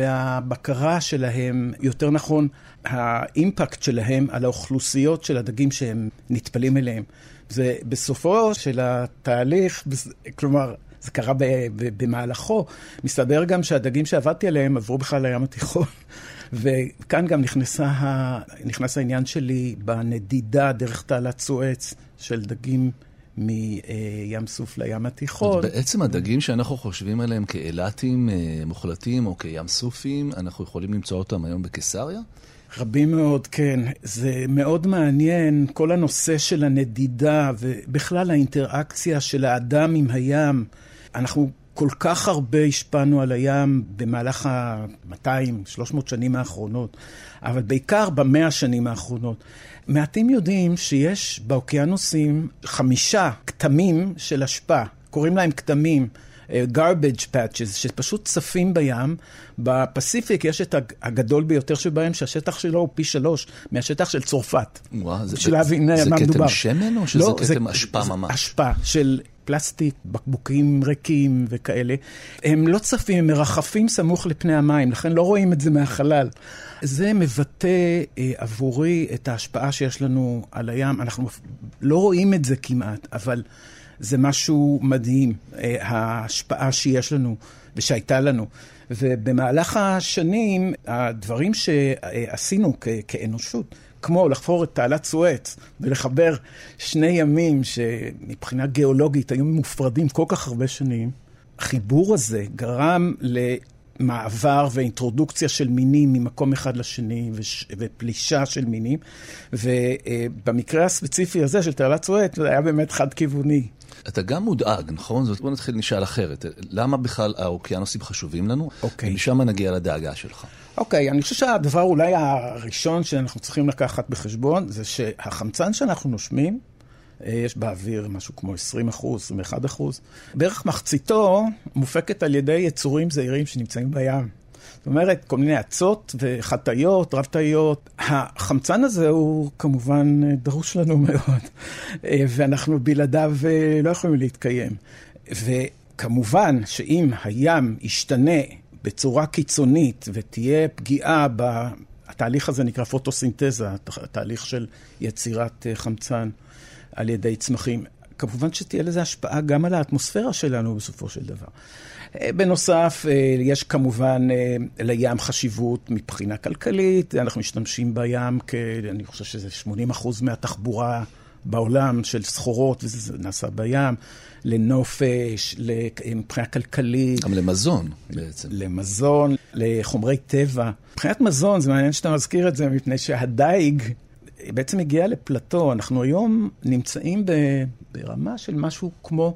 והבקרה שלהם, יותר נכון, האימפקט שלהם על האוכלוסיות של הדגים שהם נטפלים אליהם. זה בסופו של התהליך, כלומר, זה קרה במהלכו, מסתבר גם שהדגים שעבדתי עליהם עברו בכלל לים התיכון, וכאן גם נכנס העניין שלי בנדידה דרך תעלת סואץ של דגים מים סוף לים התיכון. בעצם הדגים שאנחנו חושבים עליהם כאילתים מוחלטים או כים סופים, אנחנו יכולים למצוא אותם היום בקיסריה? רבים מאוד, כן. זה מאוד מעניין, כל הנושא של הנדידה ובכלל האינטראקציה של האדם עם הים. אנחנו כל כך הרבה השפענו על הים במהלך ה-200-300 שנים האחרונות, אבל בעיקר ב100 שנים האחרונות. מעטים יודעים שיש באוקיינוסים 5 כתמים של השפעה, קוראים להם כתמים, garbage patches, שפשוט צפים בים. בפסיפיק יש את הגדול ביותר שבהם, שהשטח שלו הוא פי 3 מהשטח של צרפת. וואו, זה כתם שמן או שזה כתם אשפה ממש? אשפה של פלסטיק, בקבוקים ריקים וכאלה. הם לא צפים, הם מרחפים סמוך לפני המים, לכן לא רואים את זה מהחלל. זה מבטא עבורי את ההשפעה שיש לנו על הים. אנחנו לא רואים את זה כמעט, אבל זה משהו מדהים, ההשפעה שיש לנו ושהייתה לנו. ובמהלך השנים, הדברים שעשינו כאנושות, כמו לחפור את תעלת סואץ ולחבר שני ימים שמבחינה גיאולוגית היו מופרדים כל כך הרבה שנים, החיבור הזה גרם למעבר ואינטרודוקציה של מינים ממקום אחד לשני ופלישה של מינים, ובמקרה הספציפי הזה של תעלת סואץ זה היה באמת חד-כיווני. אתה גם מודאג, נכון? זאת בוא נתחיל נשאל אחרת. למה בכלל האוקיינוסים חשובים לנו? ומשם נגיע לדאגה שלך. אוקיי, אני חושב שהדבר אולי הראשון שאנחנו צריכים לקחת בחשבון, זה שהחמצן שאנחנו נושמים, יש באוויר משהו כמו 20%, 21%, בערך מחציתו מופקת על ידי יצורים זעירים שנמצאים בים. זאת אומרת, כל מיני עצות וחטאיות, רב-תאיות. החמצן הזה הוא כמובן דרוש לנו מאוד, ואנחנו בלעדיו לא יכולים להתקיים. וכמובן שאם הים ישתנה בצורה קיצונית ותהיה פגיעה התהליך הזה נקרא פוטוסינתזה, התהליך של יצירת חמצן על ידי צמחים. כמובן שתהיה לזה השפעה גם על האטמוספירה שלנו בסופו של דבר. בנוסף, יש כמובן לים חשיבות מבחינה כלכלית, אנחנו משתמשים בים, אני חושב שזה 80% מהתחבורה בעולם של סחורות, וזה נעשה בים, לנופש, מבחינה כלכלית. גם למזון בעצם. למזון, לחומרי טבע. מבחינת מזון, זה מעניין שאתה מזכיר את זה, מפני שהדייג בעצם הגיע לפלטו. אנחנו היום נמצאים ברמה של משהו כמו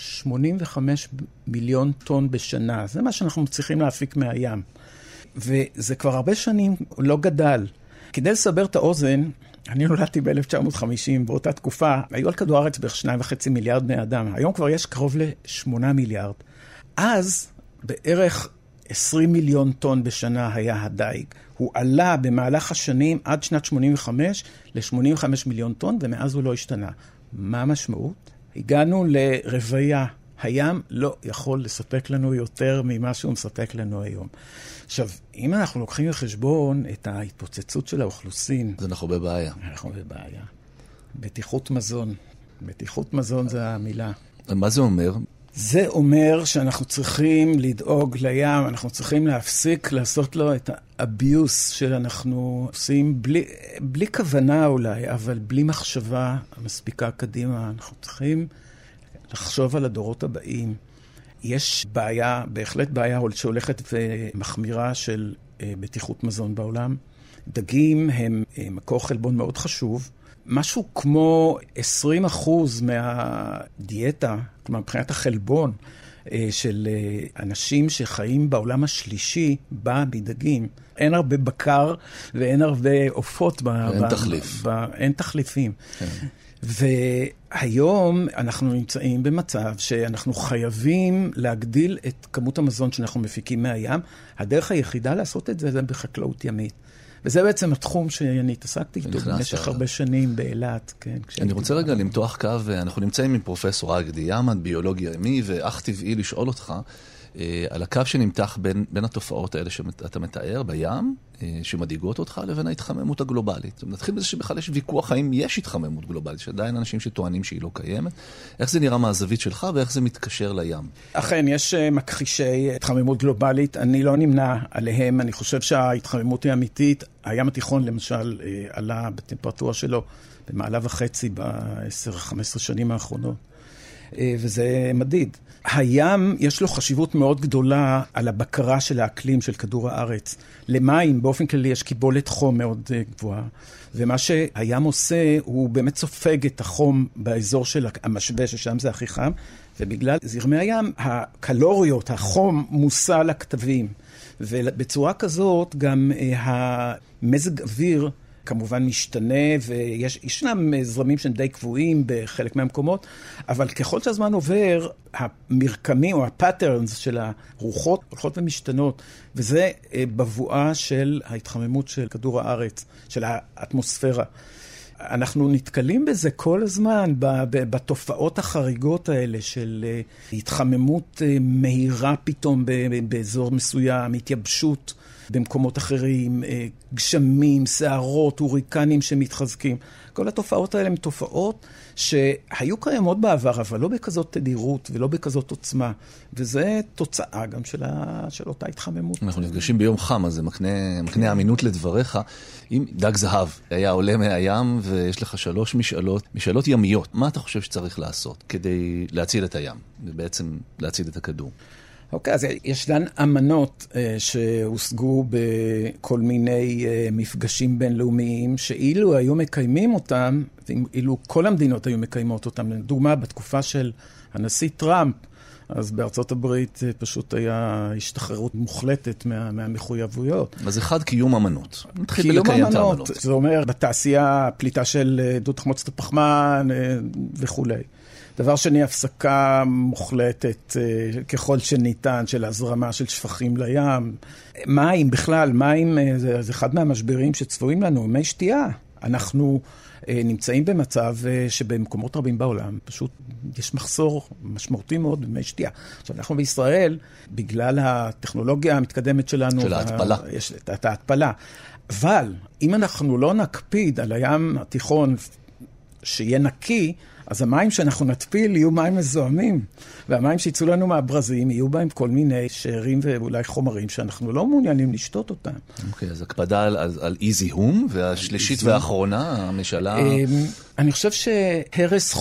85 מיליון טון בשנה. זה מה שאנחנו צריכים להפיק מהים. וזה כבר הרבה שנים לא גדל. כדי לסבר את האוזן, אני נולדתי ב-1950, באותה תקופה, היו על כדור הארץ בערך 2.5 מיליארד בני אדם. היום כבר יש קרוב ל8 מיליארד. אז בערך 20 מיליון טון בשנה היה הדייג. הוא עלה במהלך השנים עד שנת 85 ל-85 מיליון טון, ומאז הוא לא השתנה. מה המשמעות? הגענו לרוויה. הים לא יכול לספק לנו יותר ממה שהוא מספק לנו היום. עכשיו, אם אנחנו לוקחים בחשבון את ההתפוצצות של האוכלוסין... אז אנחנו בבעיה. אנחנו בבעיה. בטיחות מזון. בטיחות מזון זה המילה. מה זה אומר? זה אומר שאנחנו צריכים לדאוג לים, אנחנו צריכים להפסיק לעשות לו את האביוס שאנחנו עושים בלי כוונה אולי, אבל בלי מחשבה מספיקה קדימה. אנחנו צריכים לחשוב על הדורות הבאים. יש בעיה, בהחלט בעיה שהולכת ומחמירה של בטיחות מזון בעולם. דגים הם מקור חלבון מאוד חשוב. משהו כמו 20% מהדיאטה, כלומר מבחינת החלבון של אנשים שחיים בעולם השלישי, בא מדגים. אין הרבה בקר ואין הרבה עופות. אין תחליף. אין תחליפים. והיום אנחנו נמצאים במצב שאנחנו חייבים להגדיל את כמות המזון שאנחנו מפיקים מהים. הדרך היחידה לעשות את זה זה בחקלאות ימית. וזה בעצם התחום שאני התעסקתי איתו במשך הרבה שנים באילת. כן, אני רוצה רגע למתוח קו, אנחנו נמצאים עם פרופסור אגדי ימן, ביולוגיה ימי, ואך טבעי לשאול אותך על הקו שנמתח בין התופעות האלה שאתה מתאר בים, שמדאיגות אותך, לבין ההתחממות הגלובלית. נתחיל בזה שבכלל יש ויכוח האם יש התחממות גלובלית, שעדיין אנשים שטוענים שהיא לא קיימת. איך זה נראה מהזווית שלך ואיך זה מתקשר לים? אכן, יש מכחישי התחממות גלובלית, אני לא נמנע עליהם, אני חושב שההתחממות היא אמיתית. הים התיכון למשל עלה בטמפרטורה שלו במעלה וחצי ב10-15 שנים האחרונות. וזה מדיד. הים יש לו חשיבות מאוד גדולה על הבקרה של האקלים של כדור הארץ. למים באופן כללי יש קיבולת חום מאוד גבוהה, ומה שהים עושה הוא באמת סופג את החום באזור של המשווה ששם זה הכי חם, ובגלל זרמי הים הקלוריות, החום מוסע לכתבים, ובצורה כזאת גם המזג אוויר כמובן משתנה, וישנם זרמים שהם די קבועים בחלק מהמקומות, אבל ככל שהזמן עובר, המרקמים או הפאטרנס של הרוחות הולכות ומשתנות, וזה בבואה של ההתחממות של כדור הארץ, של האטמוספירה. אנחנו נתקלים בזה כל הזמן, בתופעות החריגות האלה של התחממות מהירה פתאום באזור מסוים, התייבשות במקומות אחרים, גשמים, שערות, הוריקנים שמתחזקים. כל התופעות האלה הן תופעות שהיו קיימות בעבר, אבל לא בכזאת תדירות ולא בכזאת עוצמה. וזה תוצאה גם של אותה התחממות. אנחנו נפגשים ביום חם, אז זה מקנה אמינות לדבריך. אם דג זהב היה עולה מהים ויש לך 3 משאלות ימיות, מה אתה חושב שצריך לעשות כדי להציל את הים ובעצם להציל את הכדור? אוקיי, אז ישנן אמנות שהושגו בכל מיני מפגשים בינלאומיים, שאילו היו מקיימים אותם, אילו כל המדינות היו מקיימות אותם, לדוגמה, בתקופה של הנשיא טראמפ, אז בארצות הברית פשוט היה השתחררות מוחלטת מהמחויבויות. אז אחד, קיום אמנות. נתחיל בלקיים את האמנות. זה אומר, בתעשייה, פליטה של דוד תחמוצת הפחמן וכו'. דבר שני, הפסקה מוחלטת ככל שניתן של הזרמה של שפכים לים. מים בכלל, מים זה אחד מהמשברים שצפויים לנו, מי שתייה. אנחנו נמצאים במצב שבמקומות רבים בעולם פשוט יש מחסור משמעותי מאוד במי שתייה. עכשיו, אנחנו בישראל, בגלל הטכנולוגיה המתקדמת שלנו, של ההתפלה. יש את ההתפלה. אבל אם אנחנו לא נקפיד על הים התיכון שיהיה נקי, אז המים שאנחנו נטפיל יהיו מים מזוהמים, והמים שיצאו לנו מהברזים יהיו בהם כל מיני שארים ואולי חומרים שאנחנו לא מעוניינים לשתות אותם. אוקיי, אז הקפדה על אי זיהום, והשלישית והאחרונה, המשאלה... אני חושב שהרס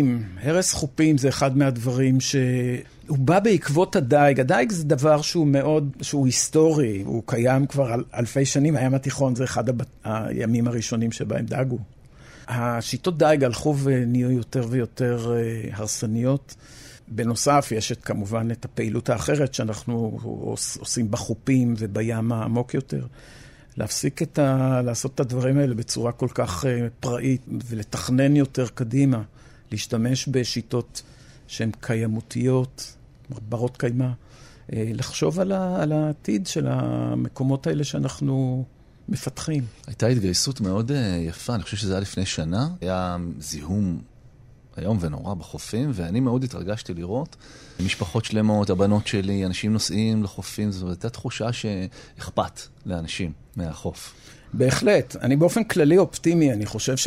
חופים זה אחד מהדברים שהוא בא בעקבות הדייג. הדייג זה דבר שהוא היסטורי, הוא קיים כבר אלפי שנים. הים התיכון זה אחד הימים הראשונים שבהם דגו. השיטות דייג הלכו ונהיו יותר ויותר הרסניות. בנוסף, יש כמובן את הפעילות האחרת שאנחנו עושים בחופים ובים העמוק יותר. להפסיק לעשות את הדברים האלה בצורה כל כך פראית ולתכנן יותר קדימה. להשתמש בשיטות שהן קיימותיות, ברות קיימה. לחשוב על העתיד של המקומות האלה שאנחנו מפתחים. הייתה התגייסות מאוד יפה, אני חושב שזה היה לפני שנה. היה זיהום היום ונורא בחופים, ואני מאוד התרגשתי לראות משפחות שלמות, הבנות שלי, אנשים נוסעים לחופים, זו הייתה תחושה שאכפת לאנשים מהחוף. בהחלט. אני באופן כללי אופטימי, אני חושב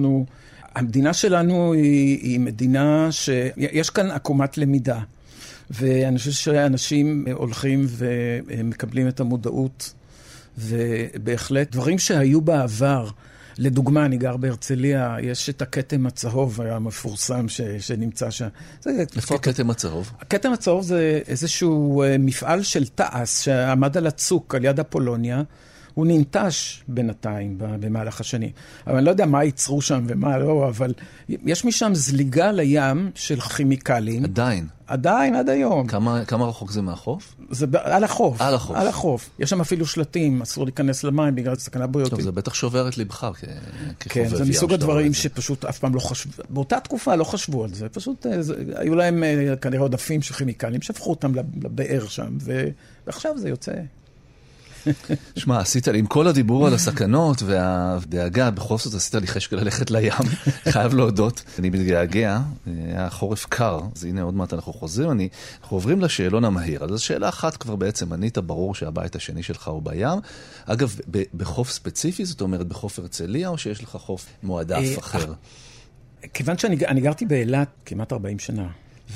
המדינה שלנו היא מדינה שיש כאן עקומת למידה, ואני חושב שאנשים הולכים ומקבלים את המודעות, ובהחלט דברים שהיו בעבר, לדוגמה, אני גר בהרצליה, יש את הכתם הצהוב המפורסם שנמצא שם. איפה הכתם הצהוב? הכתם הצהוב זה איזשהו מפעל של תעש שעמד על הצוק על יד אפולוניה, הוא ננטש בינתיים במהלך השנים. אבל אני לא יודע מה ייצרו שם ומה לא, אבל יש משם זליגה לים של כימיקלים. עדיין, עד היום. כמה רחוק זה מהחוף? זה על החוף. על החוף. יש שם אפילו שלטים, אסור להיכנס למים בגלל סכנה בריאותית. טוב, זה בטח שובר את לבך כן, זה מסוג הדברים שפשוט אף פעם לא חשבו, באותה תקופה לא חשבו על זה. פשוט היו להם כנראה עודפים של כימיקלים, שפכו אותם לבאר שם, ועכשיו זה יוצא. שמע, עשית לי, עם כל הדיבור על הסכנות והדאגה, בכל זאת עשית לי חשק ללכת לים, חייב להודות. אני מתגעגע, היה חורף קר, אז הנה עוד מעט אנחנו חוזרים, אנחנו עוברים לשאלון המהיר. אז שאלה אחת כבר בעצם ענית, ברור שהבית השני שלך הוא בים. אגב, בחוף ספציפי, זאת אומרת בחוף הרצליה, או שיש לך חוף מועדף אחר? כיוון שאני גרתי באילת כמעט 40 שנה,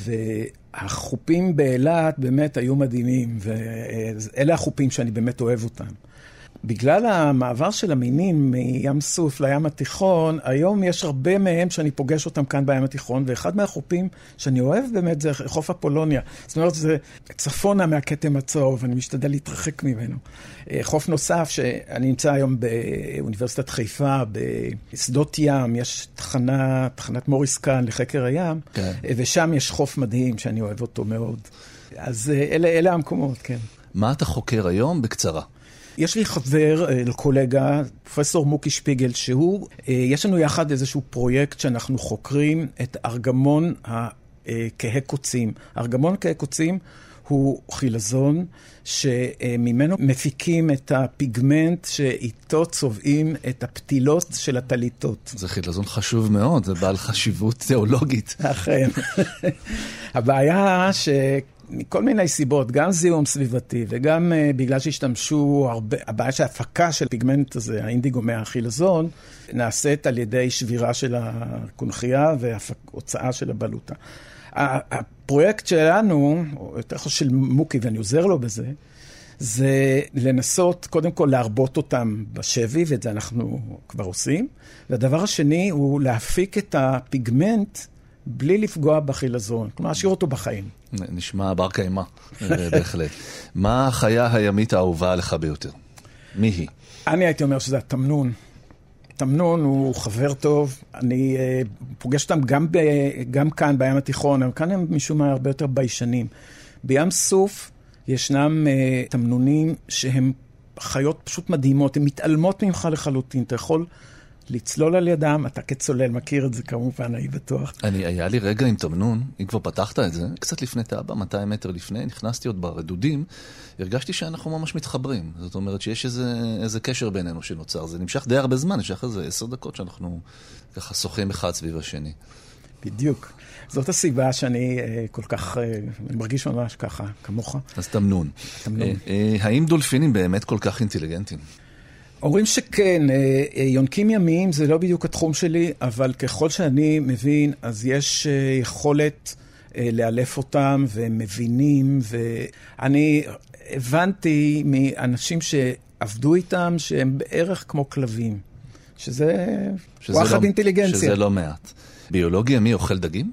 והחופים באילת באמת היו מדהימים, ואלה החופים שאני באמת אוהב אותם. בגלל המעבר של המינים מים סוף לים התיכון, היום יש הרבה מהם שאני פוגש אותם כאן בים התיכון, ואחד מהחופים שאני אוהב באמת זה חוף אפולוניה. זאת אומרת, זה צפונה מהכתם הצהוב, אני משתדל להתרחק ממנו. חוף נוסף שאני נמצא היום באוניברסיטת חיפה, בשדות ים, יש תחנת מוריס קאן לחקר הים, כן. ושם יש חוף מדהים שאני אוהב אותו מאוד. אז אלה המקומות, כן. מה אתה חוקר היום בקצרה? יש לי חבר, קולגה, פרופסור מוקי שפיגל, יש לנו יחד איזשהו פרויקט שאנחנו חוקרים את ארגמון הכהה קוצים. ארגמון כהה קוצים הוא חילזון שממנו מפיקים את הפיגמנט שאיתו צובעים את הפתילות של הטליטות. זה חילזון חשוב מאוד, זה בעל חשיבות תיאולוגית. אכן. הבעיה מכל מיני סיבות, גם זיהום סביבתי וגם בגלל שהשתמשו הרבה, הבעיה שההפקה של הפיגמנט הזה, האינדיגו מהחילזון, נעשית על ידי שבירה של הקונחייה והוצאה של הבלוטה. הפרויקט שלנו, או יותר חושב של מוקי, ואני עוזר לו בזה, זה לנסות קודם כל להרבות אותם בשבי, ואת זה אנחנו כבר עושים. והדבר השני הוא להפיק את הפיגמנט בלי לפגוע בחילזון, כלומר, להשאיר אותו בחיים. נשמע בר קיימא, בהחלט. מה החיה הימית האהובה עליך ביותר? מי היא? אני הייתי אומר שזה התמנון. תמנון הוא חבר טוב, אני פוגש אותם גם כאן בים התיכון, אבל כאן הם משום מה הרבה יותר ביישנים. בים סוף ישנם תמנונים שהם חיות פשוט מדהימות, הן מתעלמות ממך לחלוטין, אתה יכול לצלול על ידם, אתה כצולל, מכיר את זה כמובן, אני בטוח. היה לי רגע עם תמנון, אם כבר פתחת את זה, קצת לפני תאבא, 200 מטר לפני, נכנסתי עוד ברדודים, הרגשתי שאנחנו ממש מתחברים. זאת אומרת שיש איזה קשר בינינו שנוצר. זה נמשך די הרבה זמן, נמשך איזה 10 דקות שאנחנו ככה שוחים אחד סביב השני. בדיוק. זאת הסיבה שאני כל כך, אני מרגיש ממש ככה, כמוך. אז תמנון. האם דולפינים באמת כל כך אינטליגנטים? אומרים שכן, יונקים ימיים זה לא בדיוק התחום שלי, אבל ככל שאני מבין, אז יש יכולת לאלף אותם, והם מבינים, ואני הבנתי מאנשים שעבדו איתם, שהם בערך כמו כלבים, שזה וואחד אינטליגנציה. שזה לא מעט. ביולוגי ימי אוכל דגים?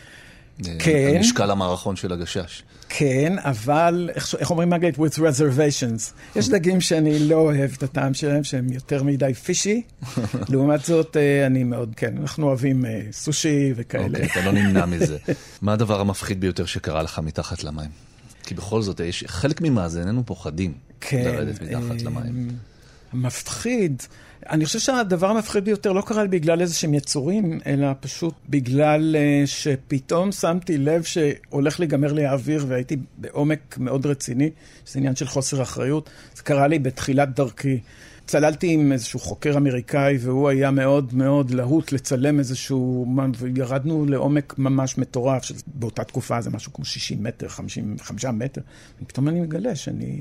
כן. המשקל המערכון של הגשש. כן, אבל איך אומרים באנגלית? With reservations. יש דגים שאני לא אוהב את הטעם שלהם, שהם יותר מדי פישי. לעומת זאת, אני מאוד, כן, אנחנו אוהבים סושי וכאלה. אוקיי, אתה לא נמנע מזה. מה הדבר המפחיד ביותר שקרה לך מתחת למים? כי בכל זאת, חלק ממאזיננו פוחדים לרדת מתחת למים. המפחיד, אני חושב שהדבר המפחיד ביותר לא קרה בגלל איזה שהם יצורים, אלא פשוט בגלל שפתאום שמתי לב שהולך להיגמר לי האוויר, והייתי בעומק מאוד רציני, שזה עניין של חוסר אחריות. זה קרה לי בתחילת דרכי. צללתי עם איזשהו חוקר אמריקאי, והוא היה מאוד מאוד להוט לצלם איזשהו, וירדנו לעומק ממש מטורף, שבאותה תקופה זה משהו כמו 60 מטר, 55 מטר. ופתאום אני מגלה שאני...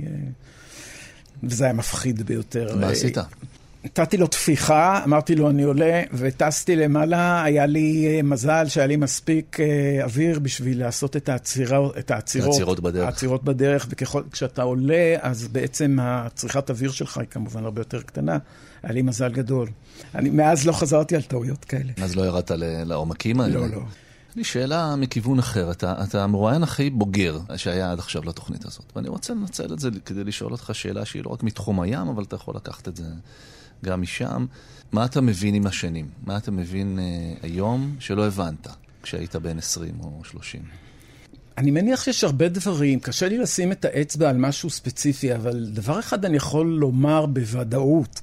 וזה היה מפחיד ביותר. מה עשית? נתתי לו תפיחה, אמרתי לו אני עולה, וטסתי למעלה, היה לי מזל שהיה לי מספיק אוויר בשביל לעשות את העצירות בדרך. העצירות בדרך, וכשאתה עולה, אז בעצם הצריכת אוויר שלך היא כמובן הרבה יותר קטנה. היה לי מזל גדול. מאז לא חזרתי על טעויות כאלה. אז לא ירדת לעומקים האלה? לא. לי שאלה מכיוון אחר, אתה המרואיין הכי בוגר שהיה עד עכשיו לתוכנית הזאת, ואני רוצה לנצל את זה כדי לשאול אותך שאלה שהיא לא רק מתחום הים, אבל אתה יכול לקחת את זה גם משם. מה אתה מבין עם השנים? מה אתה מבין היום שלא הבנת כשהיית בן 20 או 30? אני מניח שיש הרבה דברים, קשה לי לשים את האצבע על משהו ספציפי, אבל דבר אחד אני יכול לומר בוודאות,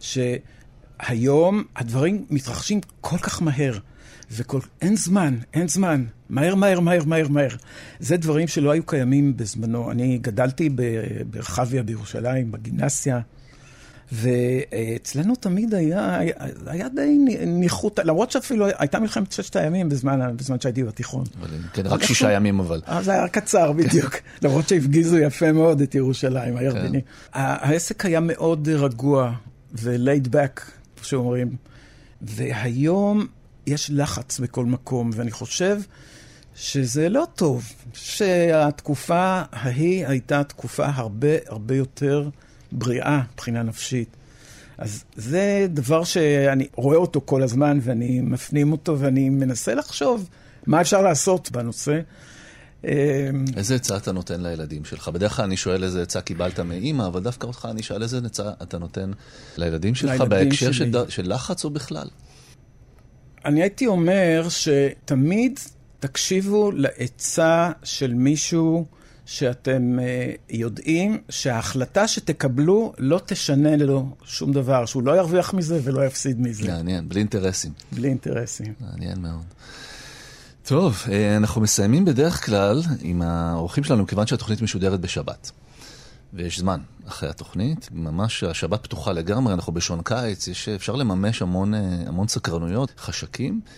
שהיום הדברים מתרחשים כל כך מהר, אין זמן, מהר. זה דברים שלא היו קיימים בזמנו. אני גדלתי ברחביה בירושלים, בגימנסיה, ואצלנו תמיד היה די ניחות, למרות שאפילו הייתה מלחמת 6 הימים בזמן שהייתי בתיכון. כן, רק 6 ימים אבל. זה היה קצר בדיוק, למרות שהפגיזו יפה מאוד את ירושלים, הירדני. העסק היה מאוד רגוע ו-laid back, שאומרים, והיום יש לחץ בכל מקום, ואני חושב שזה לא טוב, שהתקופה ההיא הייתה תקופה הרבה יותר בריאה מבחינה נפשית. אז זה דבר שאני רואה אותו כל הזמן, ואני מפנים אותו, ואני מנסה לחשוב מה אפשר לעשות בנושא. איזה עצה אתה נותן לילדים שלך? בדרך כלל אני שואל איזה עצה קיבלת מאמא, אבל דווקא אותך אני שואל איזה עצה אתה נותן לילדים שלך, בהקשר של לחץ או בכלל? אני הייתי אומר שתמיד תקשיבו לעצה של מישהו שאתם יודעים שההחלטה שתקבלו לא תשנה לו שום דבר, שהוא לא ירוויח מזה ולא יפסיד מזה. מעניין, בלי אינטרסים. בלי אינטרסים. מעניין מאוד. טוב, אנחנו מסיימים בדרך כלל עם האורחים שלנו, כיוון שהתוכנית משודרת בשבת. ויש זמן אחרי התוכנית, ממש השבת פתוחה לגמרי, אנחנו בשעון קיץ, אפשר לממש המון סקרנויות, חשקים,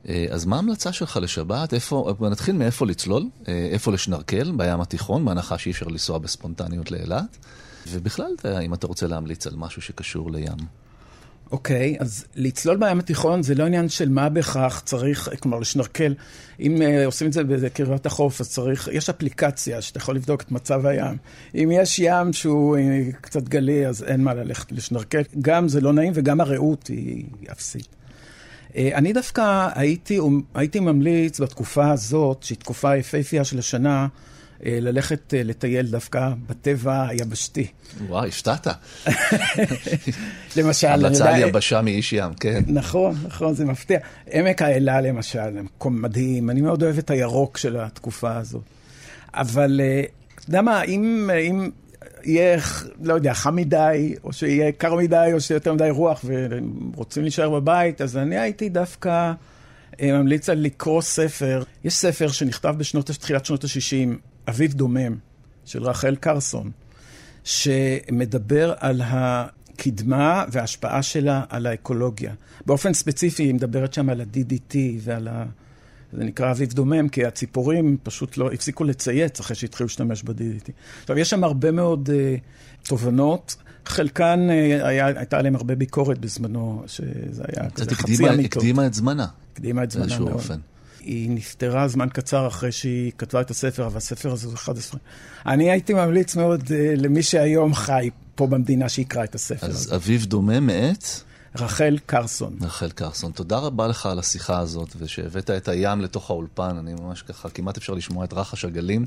אז מה ההמלצה שלך לשבת? נתחיל מאיפה לצלול, איפה לשנרקל בים התיכון, בהנחה שאי אפשר לנסוע בספונטניות לאילת, ובכלל, אם אתה רוצה להמליץ על משהו שקשור לים. אוקיי, אז לצלול בים התיכון זה לא עניין של מה בכך צריך, כלומר לשנרקל. אם עושים את זה בקרבת החוף, אז צריך, יש אפליקציה שאתה יכול לבדוק את מצב הים. אם יש ים שהוא קצת גלי, אז אין מה ללכת לשנרקל. גם זה לא נעים וגם הרעות היא אפסית. אני דווקא הייתי ממליץ בתקופה הזאת, שהיא תקופה היפהפייה של השנה, ללכת לטייל דווקא בטבע היבשתי. וואי, השתת. למשל. המלצה על יבשה מאיש ים, כן. נכון, זה מפתיע. עמק האלה למשל, מקום מדהים. אני מאוד אוהב את הירוק של התקופה הזאת. אבל, אתה יודע מה, אם יהיה, לא יודע, חם מדי, או שיהיה קר מדי, או שיהיה יותר מדי רוח, ורוצים להישאר בבית, אז אני הייתי דווקא ממליץ על לקרוא ספר. יש ספר שנכתב תחילת שנות ה-60, אביב דומם, של רחל קרסון, שמדבר על הקדמה וההשפעה שלה על האקולוגיה. באופן ספציפי, היא מדברת שם על ה-DDT ועל זה נקרא אביב דומם, כי הציפורים פשוט לא הפסיקו לצייץ אחרי שהתחילו להשתמש ב-DDT. עכשיו, יש שם הרבה מאוד תובנות. חלקן הייתה עליהם הרבה ביקורת בזמנו, שזה היה כזה חצי אמיתות. הקדימה את זמנה. הקדימה את זמנה מאוד. אופן. היא נפטרה זמן קצר אחרי שהיא כתבה את הספר, אבל הספר הזה הוא 11. אני הייתי ממליץ מאוד למי שהיום חי פה במדינה שיקרא את הספר הזה. אז אביב דומם מאת? רחל קרסון. רחל קרסון. תודה רבה לך על השיחה הזאת, ושהבאת את הים לתוך האולפן. אני ממש ככה, כמעט אפשר לשמוע את רחש הגלים.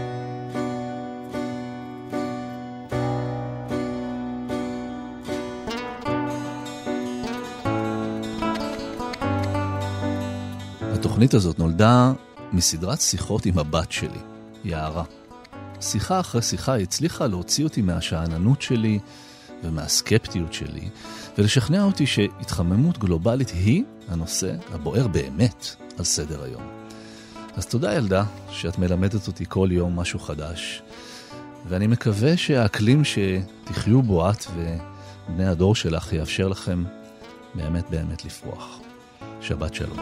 התוכנית הזאת נולדה מסדרת שיחות עם הבת שלי, יערה. שיחה אחרי שיחה היא הצליחה להוציא אותי מהשעננות שלי ומהסקפטיות שלי, ולשכנע אותי שהתחממות גלובלית היא הנושא הבוער באמת על סדר היום. אז תודה ילדה שאת מלמדת אותי כל יום משהו חדש, ואני מקווה שהאקלים שתחיו בו את ובני הדור שלך יאפשר לכם באמת באמת לפרוח. שבת שלום.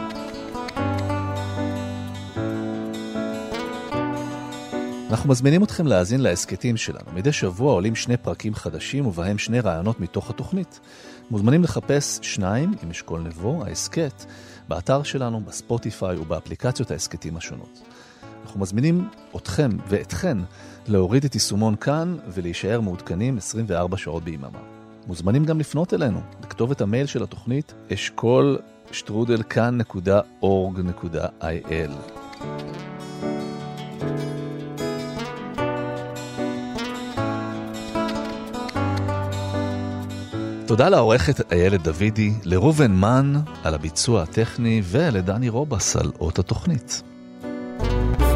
אנחנו מזמינים אתכם להאזין להסקטים שלנו. מדי שבוע עולים 2 פרקים חדשים ובהם 2 רעיונות מתוך התוכנית. מוזמנים לחפש 2 עם אשכול נבו, ההסקט, באתר שלנו, בספוטיפיי ובאפליקציות ההסקטים השונות. אנחנו מזמינים אתכם ואתכן להוריד את יישומון כאן ולהישאר מעודכנים 24 שעות ביממה. מוזמנים גם לפנות אלינו, לכתוב את המייל של התוכנית askol@kan.org.il. תודה לעורכת איילת דוידי, לרובן מן על הביצוע הטכני ולדני רובס על אות התוכנית.